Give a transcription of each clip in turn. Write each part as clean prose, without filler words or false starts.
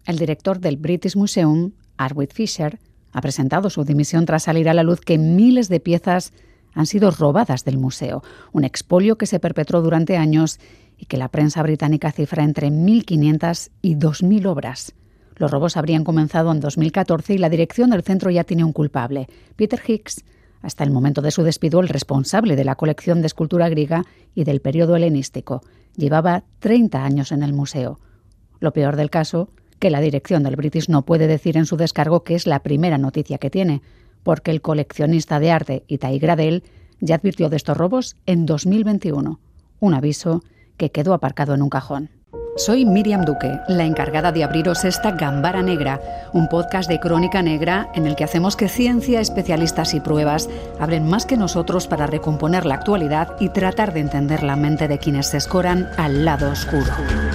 el director del British Museum, Arvid Fisher, ha presentado su dimisión tras salir a la luz que miles de piezas han sido robadas del museo, un expolio que se perpetró durante años y que la prensa británica cifra entre 1.500 y 2.000 obras. Los robos habrían comenzado en 2014 y la dirección del centro ya tiene un culpable, Peter Higgs, hasta el momento de su despido el responsable de la colección de escultura griega y del periodo helenístico. Llevaba 30 años en el museo. Lo peor del caso, que la dirección del British no puede decir en su descargo que es la primera noticia que tiene, porque el coleccionista de arte Itai Gradel ya advirtió de estos robos en 2021. Un aviso que quedó aparcado en un cajón. Soy Miriam Duque, la encargada de abriros esta Gambara Negra, un podcast de crónica negra en el que hacemos que ciencia, especialistas y pruebas hablen más que nosotros para recomponer la actualidad y tratar de entender la mente de quienes se escoran al lado oscuro.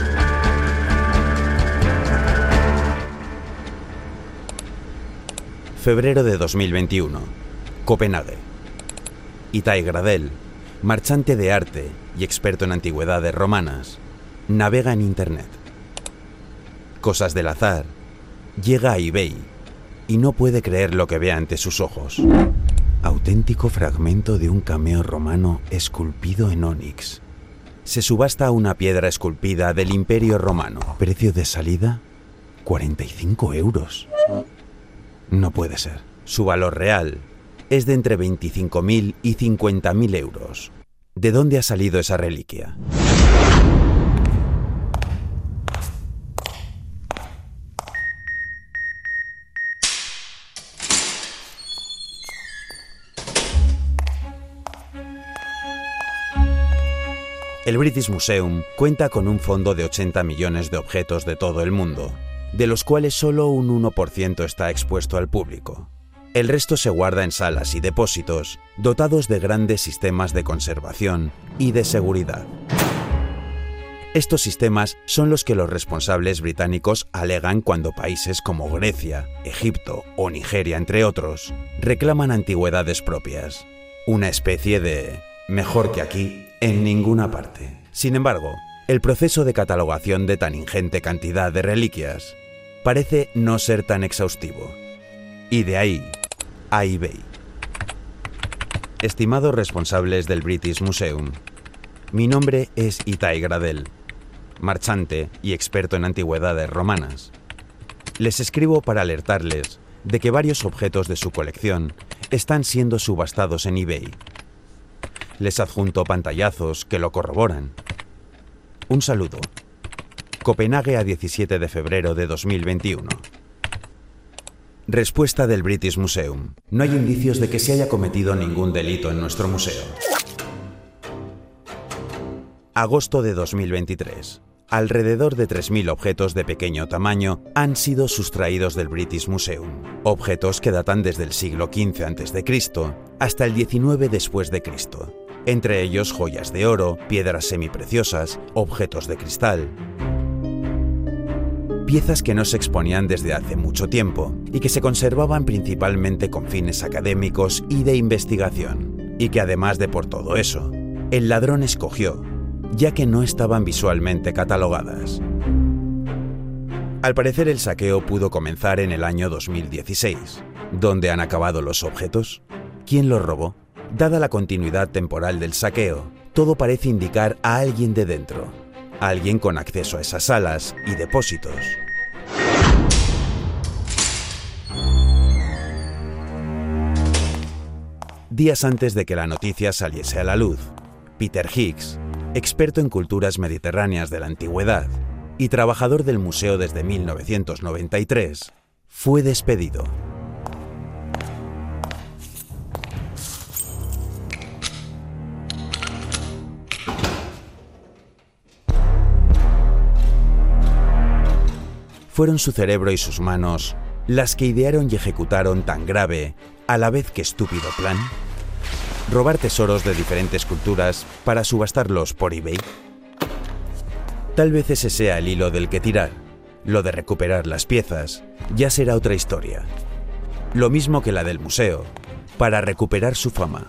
Febrero de 2021. Copenhague. Itai Gradel, marchante de arte y experto en antigüedades romanas, navega en Internet. Cosas del azar. Llega a eBay y no puede creer lo que ve ante sus ojos. Auténtico fragmento de un cameo romano esculpido en ónix. Se subasta una piedra esculpida del Imperio Romano. Precio de salida, 45 euros. No puede ser. Su valor real es de entre 25.000 y 50.000 euros. ¿De dónde ha salido esa reliquia? El British Museum cuenta con un fondo de 80 millones de objetos de todo el mundo, de los cuales solo un 1% está expuesto al público. El resto se guarda en salas y depósitos, dotados de grandes sistemas de conservación y de seguridad. Estos sistemas son los que los responsables británicos alegan cuando países como Grecia, Egipto o Nigeria, entre otros, reclaman antigüedades propias. Una especie de mejor que aquí en ninguna parte. Sin embargo, el proceso de catalogación de tan ingente cantidad de reliquias parece no ser tan exhaustivo. Y de ahí a eBay. Estimados responsables del British Museum, mi nombre es Itai Gradel, marchante y experto en antigüedades romanas. Les escribo para alertarles de que varios objetos de su colección están siendo subastados en eBay. Les adjunto pantallazos que lo corroboran. Un saludo. Copenhague a 17 de febrero de 2021. Respuesta del British Museum. No hay indicios de que se haya cometido ningún delito en nuestro museo. Agosto de 2023. Alrededor de 3.000 objetos de pequeño tamaño han sido sustraídos del British Museum. Objetos que datan desde el siglo XV a.C. hasta el XIX después de Cristo. Entre ellos joyas de oro, piedras semipreciosas, objetos de cristal. Piezas que no se exponían desde hace mucho tiempo y que se conservaban principalmente con fines académicos y de investigación. Y que además de por todo eso, el ladrón escogió, ya que no estaban visualmente catalogadas. Al parecer el saqueo pudo comenzar en el año 2016. ¿Dónde han acabado los objetos? ¿Quién los robó? Dada la continuidad temporal del saqueo, todo parece indicar a alguien de dentro, alguien con acceso a esas salas y depósitos. Días antes de que la noticia saliese a la luz, Peter Higgs, experto en culturas mediterráneas de la antigüedad y trabajador del museo desde 1993, fue despedido. Fueron su cerebro y sus manos las que idearon y ejecutaron tan grave, a la vez que estúpido plan. ¿Robar tesoros de diferentes culturas para subastarlos por eBay? Tal vez ese sea el hilo del que tirar. Lo de recuperar las piezas ya será otra historia. Lo mismo que la del museo, para recuperar su fama.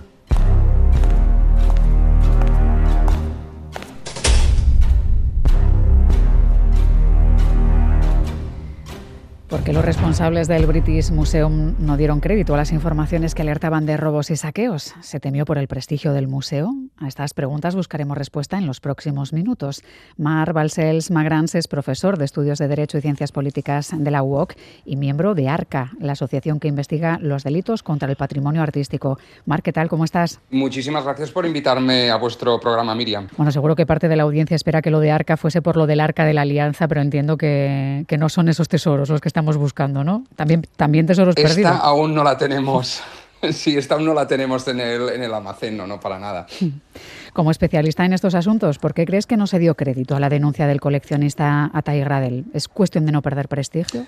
Porque los responsables del British Museum no dieron crédito a las informaciones que alertaban de robos y saqueos. ¿Se temió por el prestigio del museo? A estas preguntas buscaremos respuesta en los próximos minutos. Marc Balcells-Magrans es profesor de Estudios de Derecho y Ciencias Políticas de la UOC y miembro de ARCA, la asociación que investiga los delitos contra el patrimonio artístico. Marc, ¿qué tal? ¿Cómo estás? Muchísimas gracias por invitarme a vuestro programa, Miriam. Bueno, seguro que parte de la audiencia espera que lo de ARCA fuese por lo del Arca de la Alianza, pero entiendo que no son esos tesoros los que estamos buscando, ¿no? También tesoros perdidos. Esta aún no la tenemos. Sí, esta aún no la tenemos en el almacén, no, para nada. Como especialista en estos asuntos, ¿por qué crees que no se dio crédito a la denuncia del coleccionista Atay Gradel? ¿Es cuestión de no perder prestigio?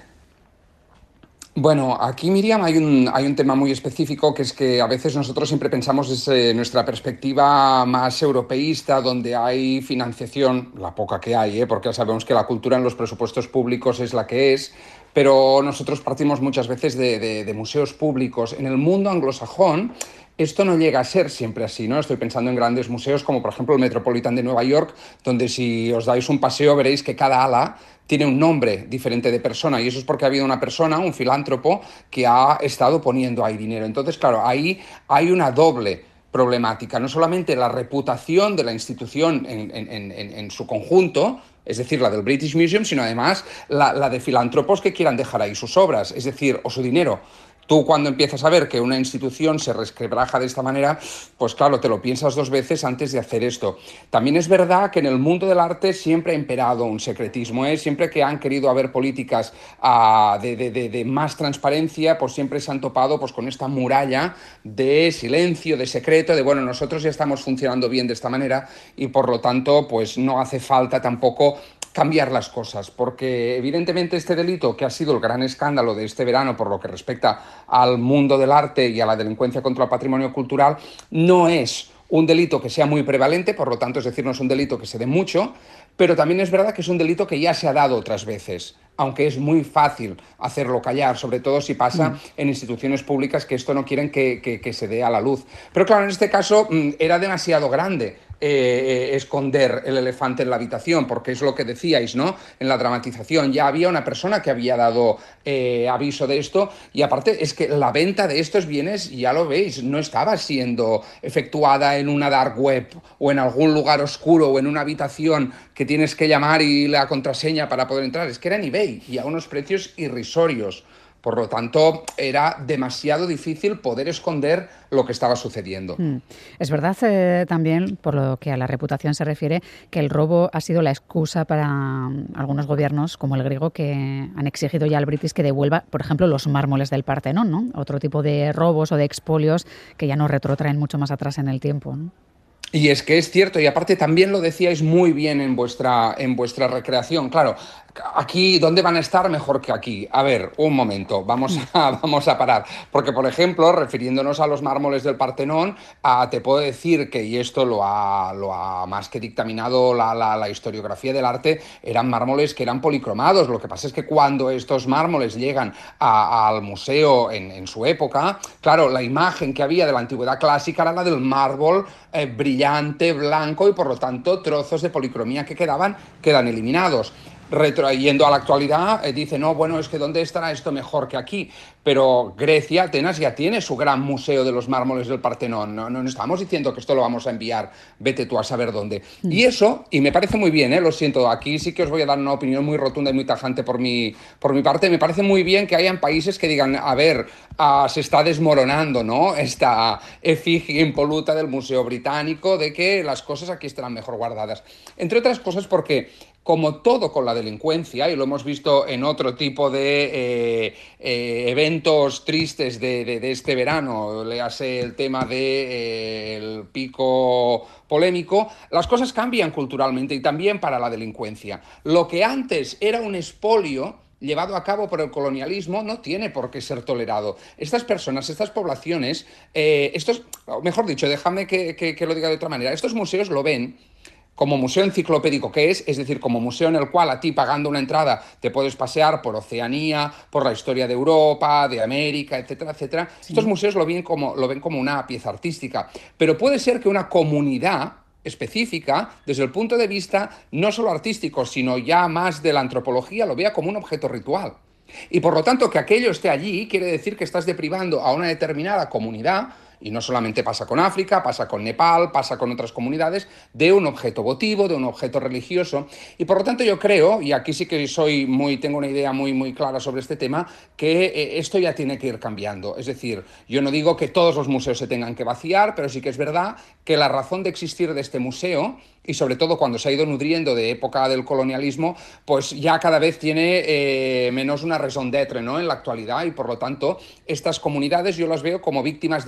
Bueno, aquí, Miriam, hay un tema muy específico, que es que a veces nosotros siempre pensamos desde nuestra perspectiva más europeísta, donde hay financiación, la poca que hay, porque ya sabemos que la cultura en los presupuestos públicos es la que es, pero nosotros partimos muchas veces de museos públicos. En el mundo anglosajón esto no llega a ser siempre así, ¿no? Estoy pensando en grandes museos como, por ejemplo, el Metropolitan de Nueva York, donde si os dais un paseo veréis que cada ala tiene un nombre diferente de persona, y eso es porque ha habido una persona, un filántropo, que ha estado poniendo ahí dinero. Entonces, claro, ahí hay una doble problemática, no solamente la reputación de la institución en su conjunto, es decir, la del British Museum, sino además la de filántropos que quieran dejar ahí sus obras, es decir, o su dinero. Tú, cuando empiezas a ver que una institución se resquebraja de esta manera, pues claro, te lo piensas dos veces antes de hacer esto. También es verdad que en el mundo del arte siempre ha imperado un secretismo, siempre que han querido haber políticas de más transparencia, pues siempre se han topado pues con esta muralla de silencio, de secreto, de bueno, nosotros ya estamos funcionando bien de esta manera y por lo tanto pues no hace falta tampoco cambiar las cosas, porque evidentemente este delito, que ha sido el gran escándalo de este verano por lo que respecta al mundo del arte y a la delincuencia contra el patrimonio cultural, no es un delito que sea muy prevalente, por lo tanto, es decir, no es un delito que se dé mucho, pero también es verdad que es un delito que ya se ha dado otras veces, aunque es muy fácil hacerlo callar, sobre todo si pasa en instituciones públicas que esto no quieren que se dé a la luz. Pero claro, en este caso era demasiado grande esconder el elefante en la habitación, porque es lo que decíais, ¿no? En la dramatización ya había una persona que había dado aviso de esto, y aparte es que la venta de estos bienes, ya lo veis, no estaba siendo efectuada en una dark web o en algún lugar oscuro o en una habitación que tienes que llamar y la contraseña para poder entrar, es que era en eBay y a unos precios irrisorios. Por lo tanto, era demasiado difícil poder esconder lo que estaba sucediendo. Es verdad también, por lo que a la reputación se refiere, que el robo ha sido la excusa para algunos gobiernos, como el griego, que han exigido ya al British que devuelva, por ejemplo, los mármoles del Partenón, ¿no? Otro tipo de robos o de expolios que ya nos retrotraen mucho más atrás en el tiempo, ¿no? Y es que es cierto, y aparte también lo decíais muy bien en vuestra recreación. Claro, aquí, ¿dónde van a estar mejor que aquí? A ver, un momento, vamos a parar. Porque, por ejemplo, refiriéndonos a los mármoles del Partenón, te puedo decir que, y esto lo ha más que dictaminado la historiografía del arte, eran mármoles que eran policromados. Lo que pasa es que cuando estos mármoles llegan al museo en su época, claro, la imagen que había de la antigüedad clásica era la del mármol brillante, blanco, y por lo tanto trozos de policromía que quedan eliminados. Retroyendo a la actualidad, dice, no, bueno, es que ¿dónde estará esto mejor que aquí? Pero Grecia, Atenas, ya tiene su gran museo de los mármoles del Partenón. No estamos diciendo que esto lo vamos a enviar, vete tú a saber dónde. Y eso, y me parece muy bien, lo siento, aquí sí que os voy a dar una opinión muy rotunda y muy tajante por mi parte. Me parece muy bien que hayan países que digan, a ver, se está desmoronando, ¿no?, esta efigie impoluta del Museo Británico, de que las cosas aquí estarán mejor guardadas. Entre otras cosas porque, como todo con la delincuencia, y lo hemos visto en otro tipo de eventos tristes de este verano, léase el tema del pico polémico, las cosas cambian culturalmente y también para la delincuencia. Lo que antes era un expolio llevado a cabo por el colonialismo no tiene por qué ser tolerado. Estas personas, estas poblaciones, mejor dicho, déjame que lo diga de otra manera, estos museos lo ven como museo enciclopédico que es decir, como museo en el cual a ti, pagando una entrada, te puedes pasear por Oceanía, por la historia de Europa, de América, etcétera, etcétera. Sí. Estos museos lo ven como una pieza artística, pero puede ser que una comunidad específica, desde el punto de vista no solo artístico, sino ya más de la antropología, lo vea como un objeto ritual. Y por lo tanto, que aquello esté allí quiere decir que estás deprivando a una determinada comunidad, y no solamente pasa con África, pasa con Nepal, pasa con otras comunidades, de un objeto votivo, de un objeto religioso. Y por lo tanto yo creo, y aquí sí que tengo una idea muy clara sobre este tema, que esto ya tiene que ir cambiando. Es decir, yo no digo que todos los museos se tengan que vaciar, pero sí que es verdad que la razón de existir de este museo, y sobre todo cuando se ha ido nutriendo de época del colonialismo, pues ya cada vez tiene menos una raison d'être, ¿no?, en la actualidad, y por lo tanto estas comunidades yo las veo como víctimas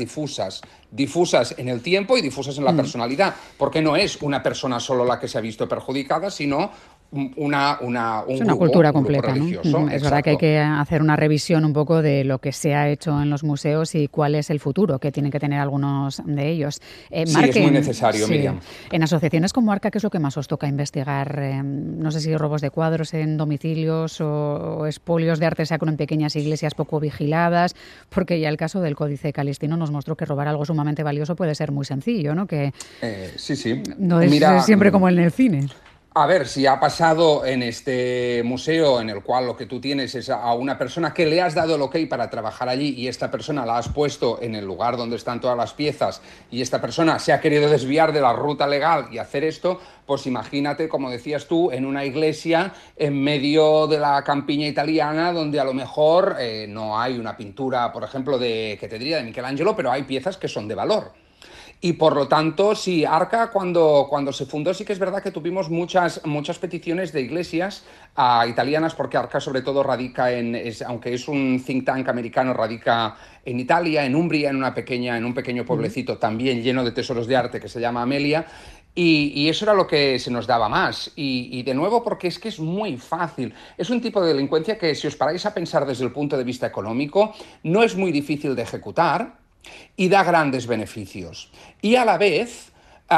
difusas en el tiempo y difusas en la personalidad, porque no es una persona solo la que se ha visto perjudicada, sino un Es una grupo, cultura un grupo completa, ¿no? religioso. Es verdad que hay Exacto. que hacer una revisión un poco de lo que se ha hecho en los museos y cuál es el futuro que tienen que tener algunos de ellos. Sí, Marc, es muy necesario, sí, Miriam. en asociaciones como Arca, ¿qué es lo que más os toca investigar? No sé si robos de cuadros en domicilios o expolios de arte sacro en pequeñas iglesias poco vigiladas, porque ya el caso del Códice Calistino nos mostró que robar algo sumamente valioso puede ser muy sencillo, ¿no? Que Sí, sí. no es Mira, siempre como en el cine. a ver, si ha pasado en este museo en el cual lo que tú tienes es a una persona que le has dado el ok para trabajar allí y esta persona la has puesto en el lugar donde están todas las piezas y esta persona se ha querido desviar de la ruta legal y hacer esto, pues imagínate, como decías tú, en una iglesia en medio de la campiña italiana donde a lo mejor no hay una pintura, por ejemplo, ¿qué te diría?, de Michelangelo, pero hay piezas que son de valor. Y por lo tanto, sí, Arca cuando se fundó sí que es verdad que tuvimos muchas peticiones de iglesias italianas, porque Arca sobre todo radica aunque es un think tank americano, radica en Italia, en Umbria, en un pequeño pueblecito también lleno de tesoros de arte que se llama Amelia. Y eso era lo que se nos daba más. Y de nuevo, porque es que es muy fácil. Es un tipo de delincuencia que, si os paráis a pensar desde el punto de vista económico, no es muy difícil de ejecutar y da grandes beneficios. Y a la vez,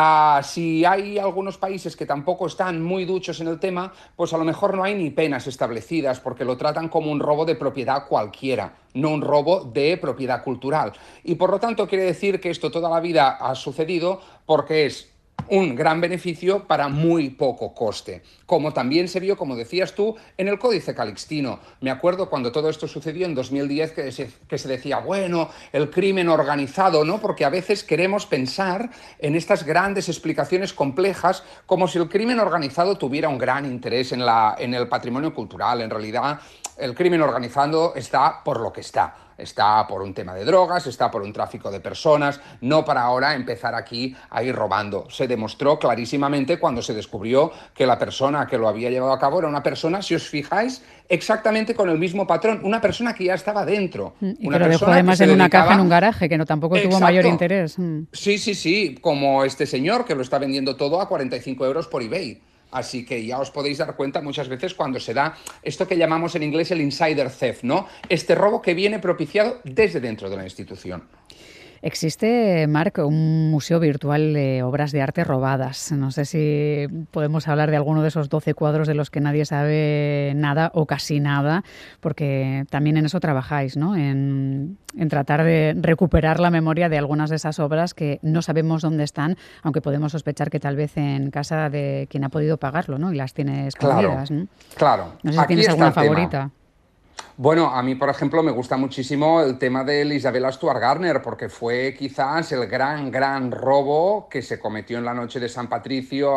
si hay algunos países que tampoco están muy duchos en el tema, pues a lo mejor no hay ni penas establecidas porque lo tratan como un robo de propiedad cualquiera, no un robo de propiedad cultural. Y por lo tanto quiere decir que esto toda la vida ha sucedido porque es un gran beneficio para muy poco coste, como también se vio, como decías tú, en el Códice Calixtino. Me acuerdo cuando todo esto sucedió en 2010 que se decía, bueno, el crimen organizado, ¿no? Porque a veces queremos pensar en estas grandes explicaciones complejas como si el crimen organizado tuviera un gran interés en el patrimonio cultural. En realidad, el crimen organizado está por lo que está. Está por un tema de drogas, está por un tráfico de personas, no para ahora empezar aquí a ir robando. Se demostró clarísimamente cuando se descubrió que la persona que lo había llevado a cabo era una persona, si os fijáis, exactamente con el mismo patrón, una persona que ya estaba dentro, Y que una lo dejó persona que además se en una caja en un dedicaba. garaje, que no tampoco tuvo mayor Exacto. interés. Sí, sí, sí, como este señor que lo está vendiendo todo a 45 euros por eBay. Así que ya os podéis dar cuenta muchas veces cuando se da esto que llamamos en inglés el insider theft, ¿no? Este robo que viene propiciado desde dentro de la institución. Existe, Marc, un museo virtual de obras de arte robadas. No sé si podemos hablar de alguno de esos 12 cuadros de los que nadie sabe nada o casi nada, porque también en eso trabajáis, ¿no? En tratar de recuperar la memoria de algunas de esas obras que no sabemos dónde están, aunque podemos sospechar que tal vez en casa de quien ha podido pagarlo, ¿no? Y las tiene Claro, escondidas, ¿no? claro. No sé si Aquí tienes está alguna el tema. favorita. Bueno, a mí, por ejemplo, me gusta muchísimo el tema de Isabella Stuart Gardner, porque fue quizás el gran robo que se cometió en la noche de San Patricio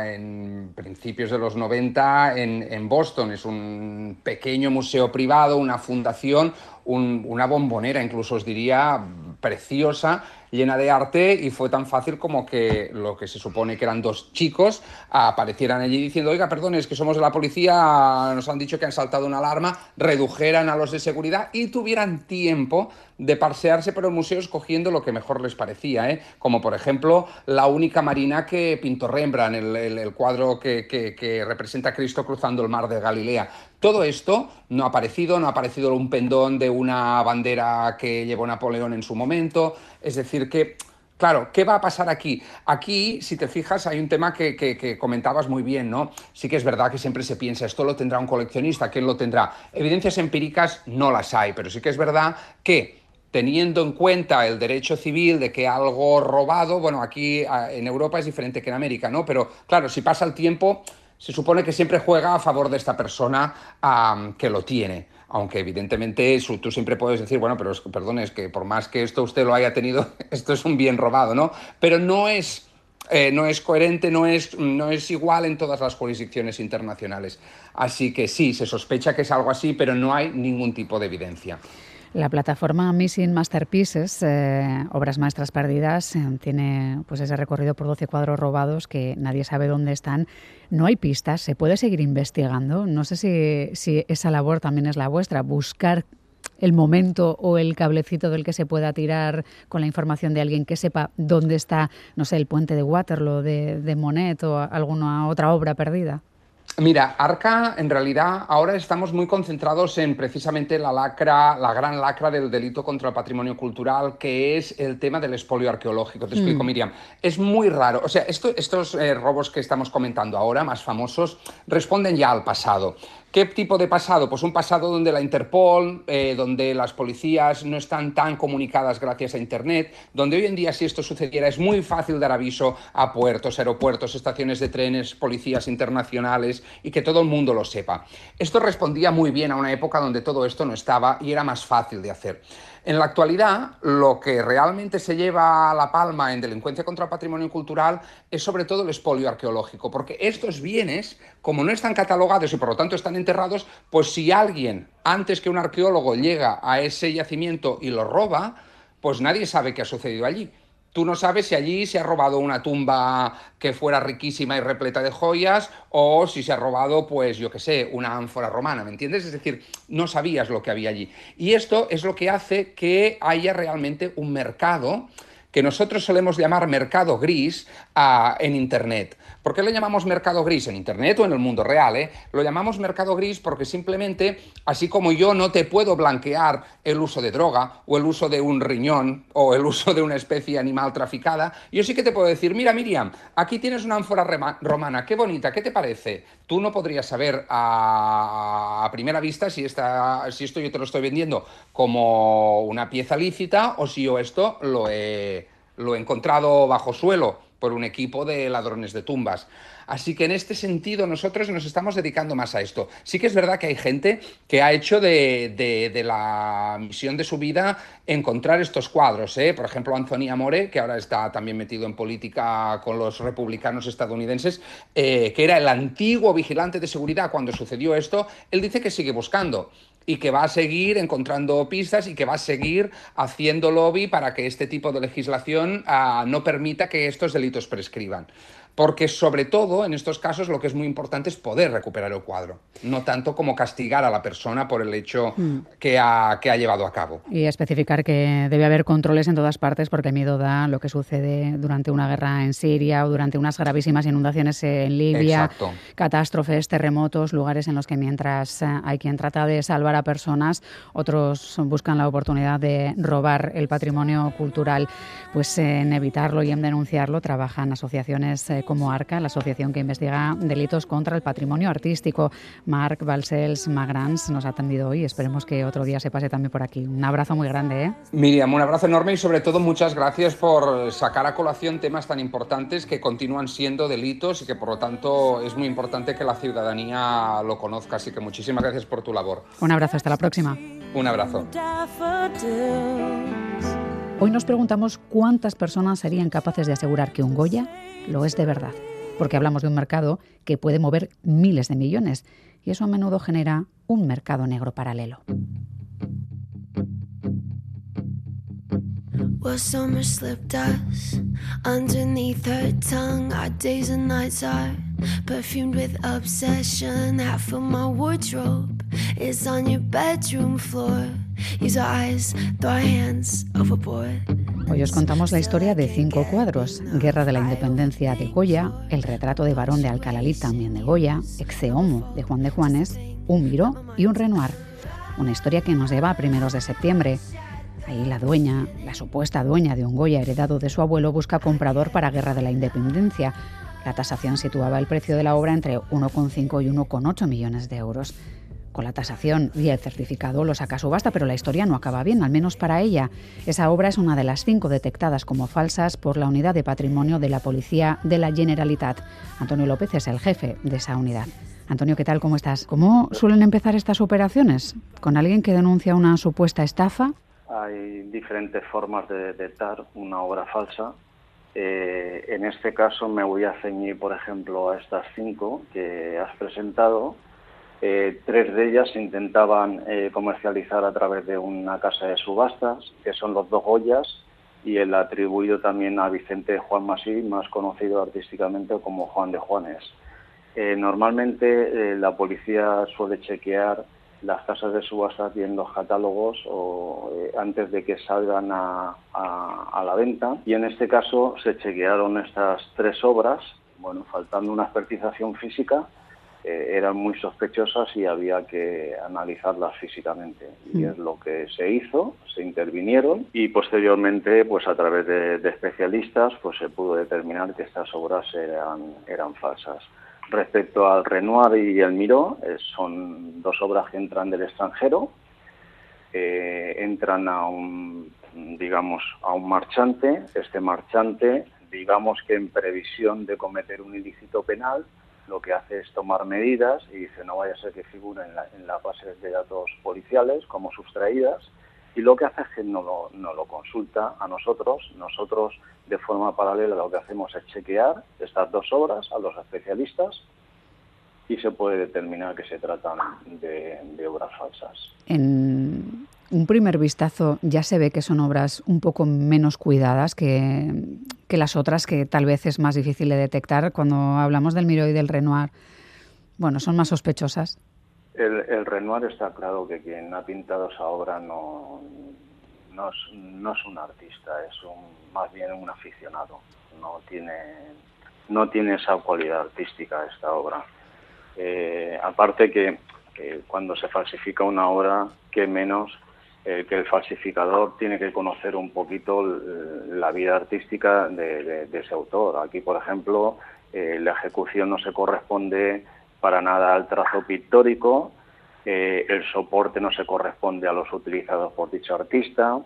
en principios de los 90 en Boston. Es un pequeño museo privado, una fundación, una bombonera, incluso os diría, preciosa, llena de arte, y fue tan fácil como que lo que se supone que eran dos chicos aparecieran allí diciendo, oiga, perdón, es que somos de la policía, nos han dicho que han saltado una alarma, redujeran a los de seguridad y tuvieran tiempo de pasearse por el museo escogiendo lo que mejor les parecía, ¿eh? Como por ejemplo la única marina que pintó Rembrandt, el cuadro que representa a Cristo cruzando el mar de Galilea. Todo esto no ha aparecido un pendón de una bandera que llevó Napoleón en su momento, es decir que... Claro, ¿qué va a pasar aquí? Aquí, si te fijas, hay un tema que comentabas muy bien, ¿no? Sí que es verdad que siempre se piensa, esto lo tendrá un coleccionista, ¿quién lo tendrá? Evidencias empíricas no las hay, pero sí que es verdad que teniendo en cuenta el derecho civil de que algo robado, bueno, aquí en Europa es diferente que en América, ¿no? Pero claro, si pasa el tiempo, se supone que siempre juega a favor de esta persona que lo tiene. aunque evidentemente tú siempre puedes decir, bueno, pero perdón, es que por más que esto usted lo haya tenido, esto es un bien robado, ¿no? Pero no es coherente, no es igual en todas las jurisdicciones internacionales. Así que sí, se sospecha que es algo así, pero no hay ningún tipo de evidencia. La plataforma Missing Masterpieces, Obras Maestras Perdidas, tiene pues ese recorrido por 12 cuadros robados que nadie sabe dónde están. No hay pistas, se puede seguir investigando. No sé si esa labor también es la vuestra, buscar el momento o el cablecito del que se pueda tirar con la información de alguien que sepa dónde está, no sé, el puente de Waterloo, de Monet o alguna otra obra perdida. Mira, Arca, en realidad, ahora estamos muy concentrados en precisamente la gran lacra del delito contra el patrimonio cultural, que es el tema del expolio arqueológico. Te explico, Miriam. Es muy raro. O sea, estos robos que estamos comentando ahora, más famosos, responden ya al pasado. ¿Qué tipo de pasado? Pues un pasado donde la Interpol, donde las policías no están tan comunicadas gracias a Internet, donde hoy en día si esto sucediera es muy fácil dar aviso a puertos, aeropuertos, estaciones de trenes, policías internacionales y que todo el mundo lo sepa. Esto respondía muy bien a una época donde todo esto no estaba y era más fácil de hacer. En la actualidad, lo que realmente se lleva a la palma en delincuencia contra el patrimonio cultural es sobre todo el expolio arqueológico, porque estos bienes, como no están catalogados y por lo tanto están enterrados, pues si alguien, antes que un arqueólogo, llega a ese yacimiento y lo roba, pues nadie sabe qué ha sucedido allí. Tú no sabes si allí se ha robado una tumba que fuera riquísima y repleta de joyas o si se ha robado, pues yo qué sé, una ánfora romana, ¿me entiendes? Es decir, no sabías lo que había allí. Y esto es lo que hace que haya realmente un mercado que nosotros solemos llamar mercado gris en Internet. ¿Por qué lo llamamos mercado gris en Internet o en el mundo real? Lo llamamos mercado gris porque simplemente, así como yo no te puedo blanquear el uso de droga o el uso de un riñón o el uso de una especie animal traficada, yo sí que te puedo decir, mira Miriam, aquí tienes una ánfora romana, qué bonita, ¿qué te parece? Tú no podrías saber a primera vista si esto yo te lo estoy vendiendo como una pieza lícita o si yo esto lo he encontrado bajo suelo por un equipo de ladrones de tumbas. Así que en este sentido nosotros nos estamos dedicando más a esto. Sí que es verdad que hay gente que ha hecho de la misión de su vida encontrar estos cuadros, Por ejemplo, Anthony Amore, que ahora está también metido en política con los republicanos estadounidenses, que era el antiguo vigilante de seguridad cuando sucedió esto, él dice que sigue buscando y que va a seguir encontrando pistas y que va a seguir haciendo lobby para que este tipo de legislación no permita que estos delitos prescriban. Porque sobre todo en estos casos lo que es muy importante es poder recuperar el cuadro, no tanto como castigar a la persona por el hecho que ha llevado a cabo. Y especificar que debe haber controles en todas partes porque miedo da lo que sucede durante una guerra en Siria o durante unas gravísimas inundaciones en Libia. Exacto. Catástrofes, terremotos, lugares en los que mientras hay quien trata de salvar a personas, otros buscan la oportunidad de robar el patrimonio cultural. Pues en evitarlo y en denunciarlo trabajan asociaciones como Arca, la asociación que investiga delitos contra el patrimonio artístico. Marc Balcells Magrans nos ha atendido hoy. Esperemos que otro día se pase también por aquí. Un abrazo muy grande, Miriam, un abrazo enorme y sobre todo muchas gracias por sacar a colación temas tan importantes que continúan siendo delitos y que por lo tanto es muy importante que la ciudadanía lo conozca. Así que muchísimas gracias por tu labor. Un abrazo, hasta la próxima. Un abrazo. Hoy nos preguntamos cuántas personas serían capaces de asegurar que un Goya lo es de verdad, porque hablamos de un mercado que puede mover miles de millones y eso a menudo genera un mercado negro paralelo. Well, summer slipped us underneath her tongue. Our days and nights are perfumed with obsession. Half of my wardrobe is on your bedroom floor. Use our eyes, throw our hands overboard. Hoy os contamos la historia de 5 cuadros: Guerra de la Independencia de Goya, El retrato de Barón de Alcalalí también de Goya, Ecce Homo de Juan de Juanes, un Miró y un Renoir. Una historia que nos lleva a primeros de septiembre. Ahí la dueña, la supuesta dueña de un Goya heredado de su abuelo, busca comprador para Guerra de la Independencia. La tasación situaba el precio de la obra entre 1,5 y 1,8 millones de euros. Con la tasación y el certificado lo saca a subasta, pero la historia no acaba bien, al menos para ella. Esa obra es una de las 5 detectadas como falsas por la Unidad de Patrimonio de la Policía de la Generalitat. Antonio López es el jefe de esa unidad. Antonio, ¿qué tal? ¿Cómo estás? ¿Cómo suelen empezar estas operaciones? ¿Con alguien que denuncia una supuesta estafa? Hay diferentes formas de detectar una obra falsa. En este caso me voy a ceñir, por ejemplo, a estas 5 que has presentado. 3 de ellas intentaban comercializar a través de una casa de subastas, que son los 2 Goyas, y el atribuido también a Vicente Juan Masí, más conocido artísticamente como Juan de Juanes. Normalmente la policía suele chequear las casas de subastas y en los catálogos antes de que salgan a la venta, y en este caso se chequearon estas 3 obras, faltando una expertización física. Eran muy sospechosas y había que analizarlas físicamente. Y es lo que se hizo, se intervinieron y posteriormente, pues a través de especialistas, pues se pudo determinar que estas obras eran falsas. Respecto al Renoir y el Miró, son 2 obras que entran del extranjero, entran a un marchante. Este marchante, digamos que en previsión de cometer un ilícito penal, lo que hace es tomar medidas y dice no vaya a ser que figure en las bases de datos policiales como sustraídas, y lo que hace es que no lo consulta a nosotros. Nosotros de forma paralela lo que hacemos es chequear estas 2 obras a los especialistas y se puede determinar que se tratan de obras falsas. En un primer vistazo ya se ve que son obras un poco menos cuidadas que las otras, que tal vez es más difícil de detectar. Cuando hablamos del Miró y del Renoir, son más sospechosas. El Renoir está claro que quien ha pintado esa obra no es un artista, es más bien un aficionado. No tiene esa cualidad artística esta obra. Aparte que cuando se falsifica una obra, que menos que el falsificador tiene que conocer un poquito la vida artística de ese autor. Aquí, por ejemplo, la ejecución no se corresponde para nada al trazo pictórico, el soporte no se corresponde a los utilizados por dicho artista,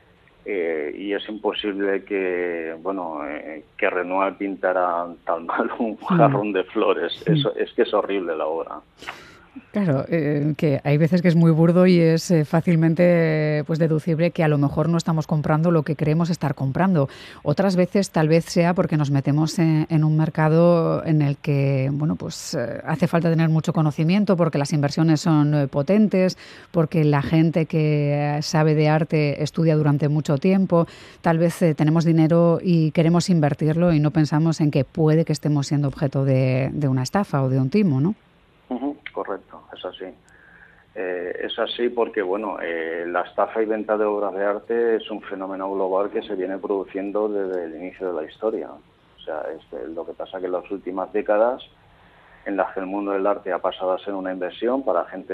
y es imposible que Renoir pintara tan mal un jarrón de flores. Eso es que es horrible la obra. Claro, que hay veces que es muy burdo y es fácilmente deducible que a lo mejor no estamos comprando lo que creemos estar comprando. Otras veces tal vez sea porque nos metemos en un mercado en el que hace falta tener mucho conocimiento, porque las inversiones son potentes, porque la gente que sabe de arte estudia durante mucho tiempo. Tal vez tenemos dinero y queremos invertirlo y no pensamos en que puede que estemos siendo objeto de una estafa o de un timo, ¿no? Correcto, es así. Es así porque, la estafa y venta de obras de arte es un fenómeno global que se viene produciendo desde el inicio de la historia. O sea, lo que pasa que en las últimas décadas, en las que el mundo del arte ha pasado a ser una inversión para gente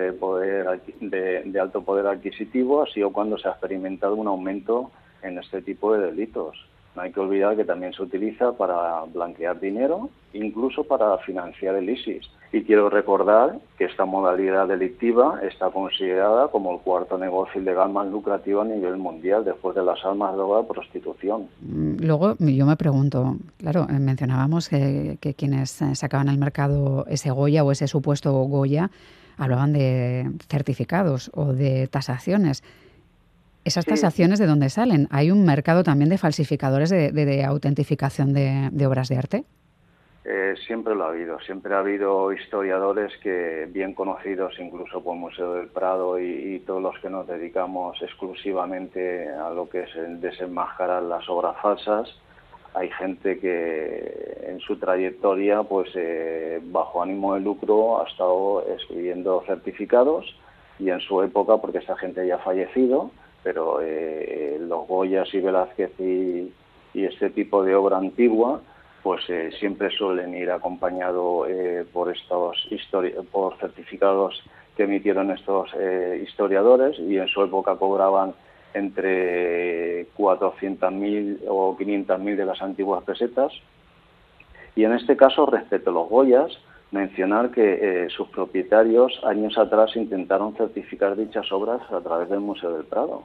de alto poder adquisitivo, ha sido cuando se ha experimentado un aumento en este tipo de delitos. No hay que olvidar que también se utiliza para blanquear dinero, incluso para financiar el ISIS. Y quiero recordar que esta modalidad delictiva está considerada como el 4º negocio ilegal más lucrativo a nivel mundial, después de las armas, droga y prostitución. Luego yo me pregunto, claro, mencionábamos que quienes sacaban al mercado ese Goya o ese supuesto Goya hablaban de certificados o de tasaciones. ¿Esas tasaciones de dónde salen? ¿Hay un mercado también de falsificadores de autentificación de obras de arte? Siempre lo ha habido. Siempre ha habido historiadores que, bien conocidos incluso por el Museo del Prado y todos los que nos dedicamos exclusivamente a lo que es el desenmascarar las obras falsas, hay gente que en su trayectoria, bajo ánimo de lucro, ha estado escribiendo certificados, y en su época, porque esa gente ya ha fallecido, pero los Goyas y Velázquez y este tipo de obra antigua, siempre suelen ir acompañado por certificados que emitieron estos historiadores, y en su época cobraban entre 400.000 o 500.000 de las antiguas pesetas. Y en este caso, respecto a los Goyas, mencionar que sus propietarios años atrás intentaron certificar dichas obras a través del Museo del Prado.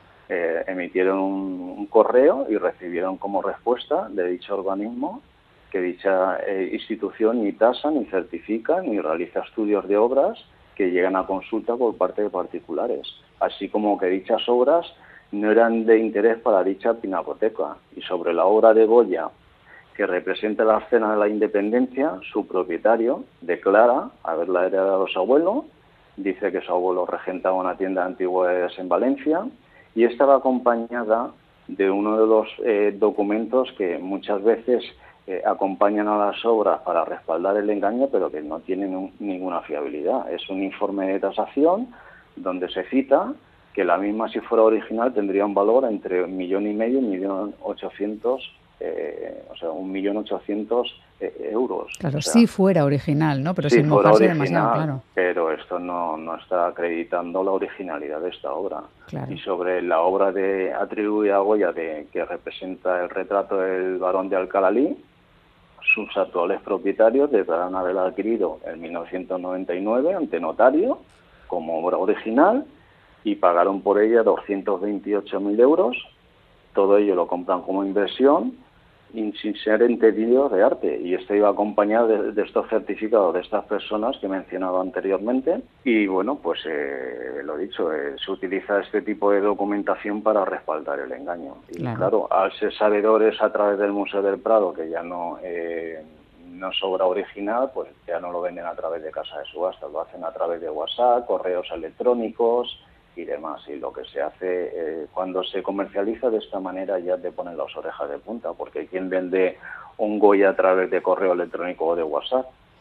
Emitieron un correo y recibieron como respuesta de dicho organismo que dicha institución ni tasa, ni certifica, ni realiza estudios de obras que llegan a consulta por parte de particulares, así como que dichas obras no eran de interés para dicha pinacoteca. Y sobre la obra de Goya, que representa la escena de la independencia, su propietario declara haberla heredado a su abuelo, dice que su abuelo regentaba una tienda de antigüedades en Valencia y estaba acompañada de uno de los documentos que muchas veces acompañan a las obras para respaldar el engaño, pero que no tienen ninguna fiabilidad. Es un informe de tasación donde se cita que la misma, si fuera original, tendría un valor entre 1,5 millones y 1.800.000, o sea, 1.800.000 euros. Claro, o sea, si fuera original, ¿no? Pero si sin fuera mojarse original, demasiado, claro. Pero esto no está acreditando la originalidad de esta obra. Claro. Y sobre la obra atribuida a Goya, que representa el retrato del barón de Alcalalí, sus actuales propietarios declaran haberla adquirido en 1999 ante notario como obra original y pagaron por ella 228.000 euros. Todo ello lo compran como inversión y sin ser entendido de arte. Y esto iba acompañado de estos certificados de estas personas que he mencionado anteriormente. Y bueno, pues lo dicho, se utiliza este tipo de documentación para respaldar el engaño. Y claro, al ser sabedores a través del Museo del Prado, que ya no es obra original, pues ya no lo venden a través de casa de subastas, lo hacen a través de WhatsApp, correos electrónicos y demás. Y lo que se hace cuando se comercializa de esta manera ya te ponen las orejas de punta, porque quien vende un Goya a través de correo electrónico o de WhatsApp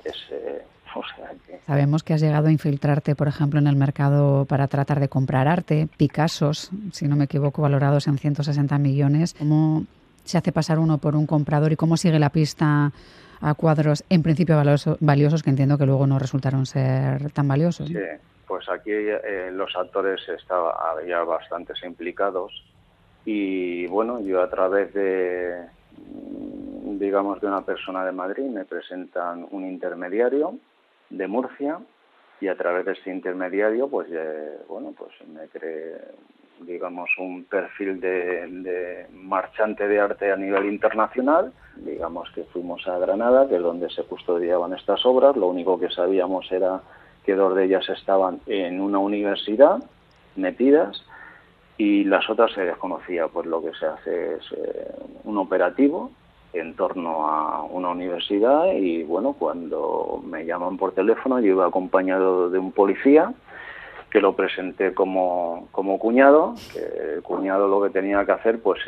Sabemos que has llegado a infiltrarte, por ejemplo, en el mercado para tratar de comprar arte, Picassos, si no me equivoco, valorados en 160 millones. ¿Cómo se hace pasar uno por un comprador y cómo sigue la pista a cuadros en principio valiosos que entiendo que luego no resultaron ser tan valiosos? Sí. Pues aquí los actores había bastantes implicados y bueno, yo a través de una persona de Madrid me presentan un intermediario de Murcia y a través de este intermediario pues me creé un perfil de marchante de arte a nivel internacional. Digamos que fuimos a Granada, que es donde se custodiaban estas obras. Lo único que sabíamos era que 2 de ellas estaban en una universidad metidas y las otras se desconocía. Pues lo que se hace es un operativo en torno a una universidad y bueno, cuando me llaman por teléfono yo iba acompañado de un policía que lo presenté como cuñado, que el cuñado lo que tenía que hacer pues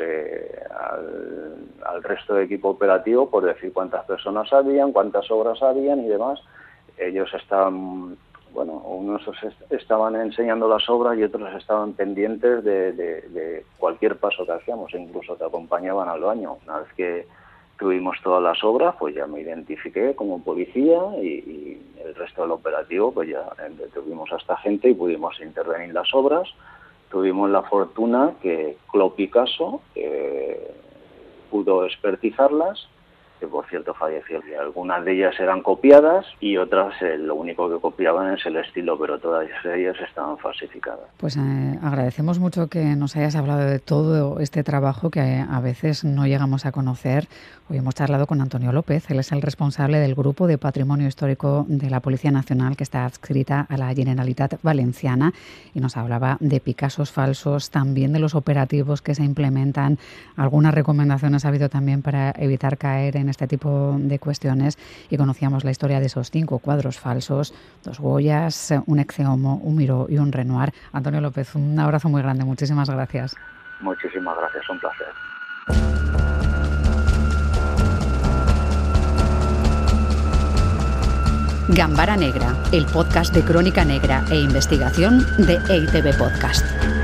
al resto del equipo operativo por decir cuántas personas habían, cuántas obras habían y demás. Ellos estaban, unos estaban enseñando las obras y otros estaban pendientes de cualquier paso que hacíamos, incluso te acompañaban al baño. Una vez que tuvimos todas las obras, pues ya me identifiqué como policía y el resto del operativo, pues ya detuvimos a esta gente y pudimos intervenir en las obras. Tuvimos la fortuna que Clos Picasso pudo expertizarlas, que por cierto falleció. Algunas de ellas eran copiadas y otras lo único que copiaban es el estilo, pero todas ellas estaban falsificadas. Pues agradecemos mucho que nos hayas hablado de todo este trabajo que a veces no llegamos a conocer. Hoy hemos charlado con Antonio López, él es el responsable del Grupo de Patrimonio Histórico de la Policía Nacional, que está adscrita a la Generalitat Valenciana, y nos hablaba de Picassos falsos, también de los operativos que se implementan. Algunas recomendaciones ha habido también para evitar caer en este tipo de cuestiones, y conocíamos la historia de esos 5 cuadros falsos, 2 Goyas, un Ecce Homo, un Miró y un Renoir. Antonio López, un abrazo muy grande, muchísimas gracias. Muchísimas gracias, un placer. Gambara Negra, el podcast de crónica negra e investigación de EITV Podcast.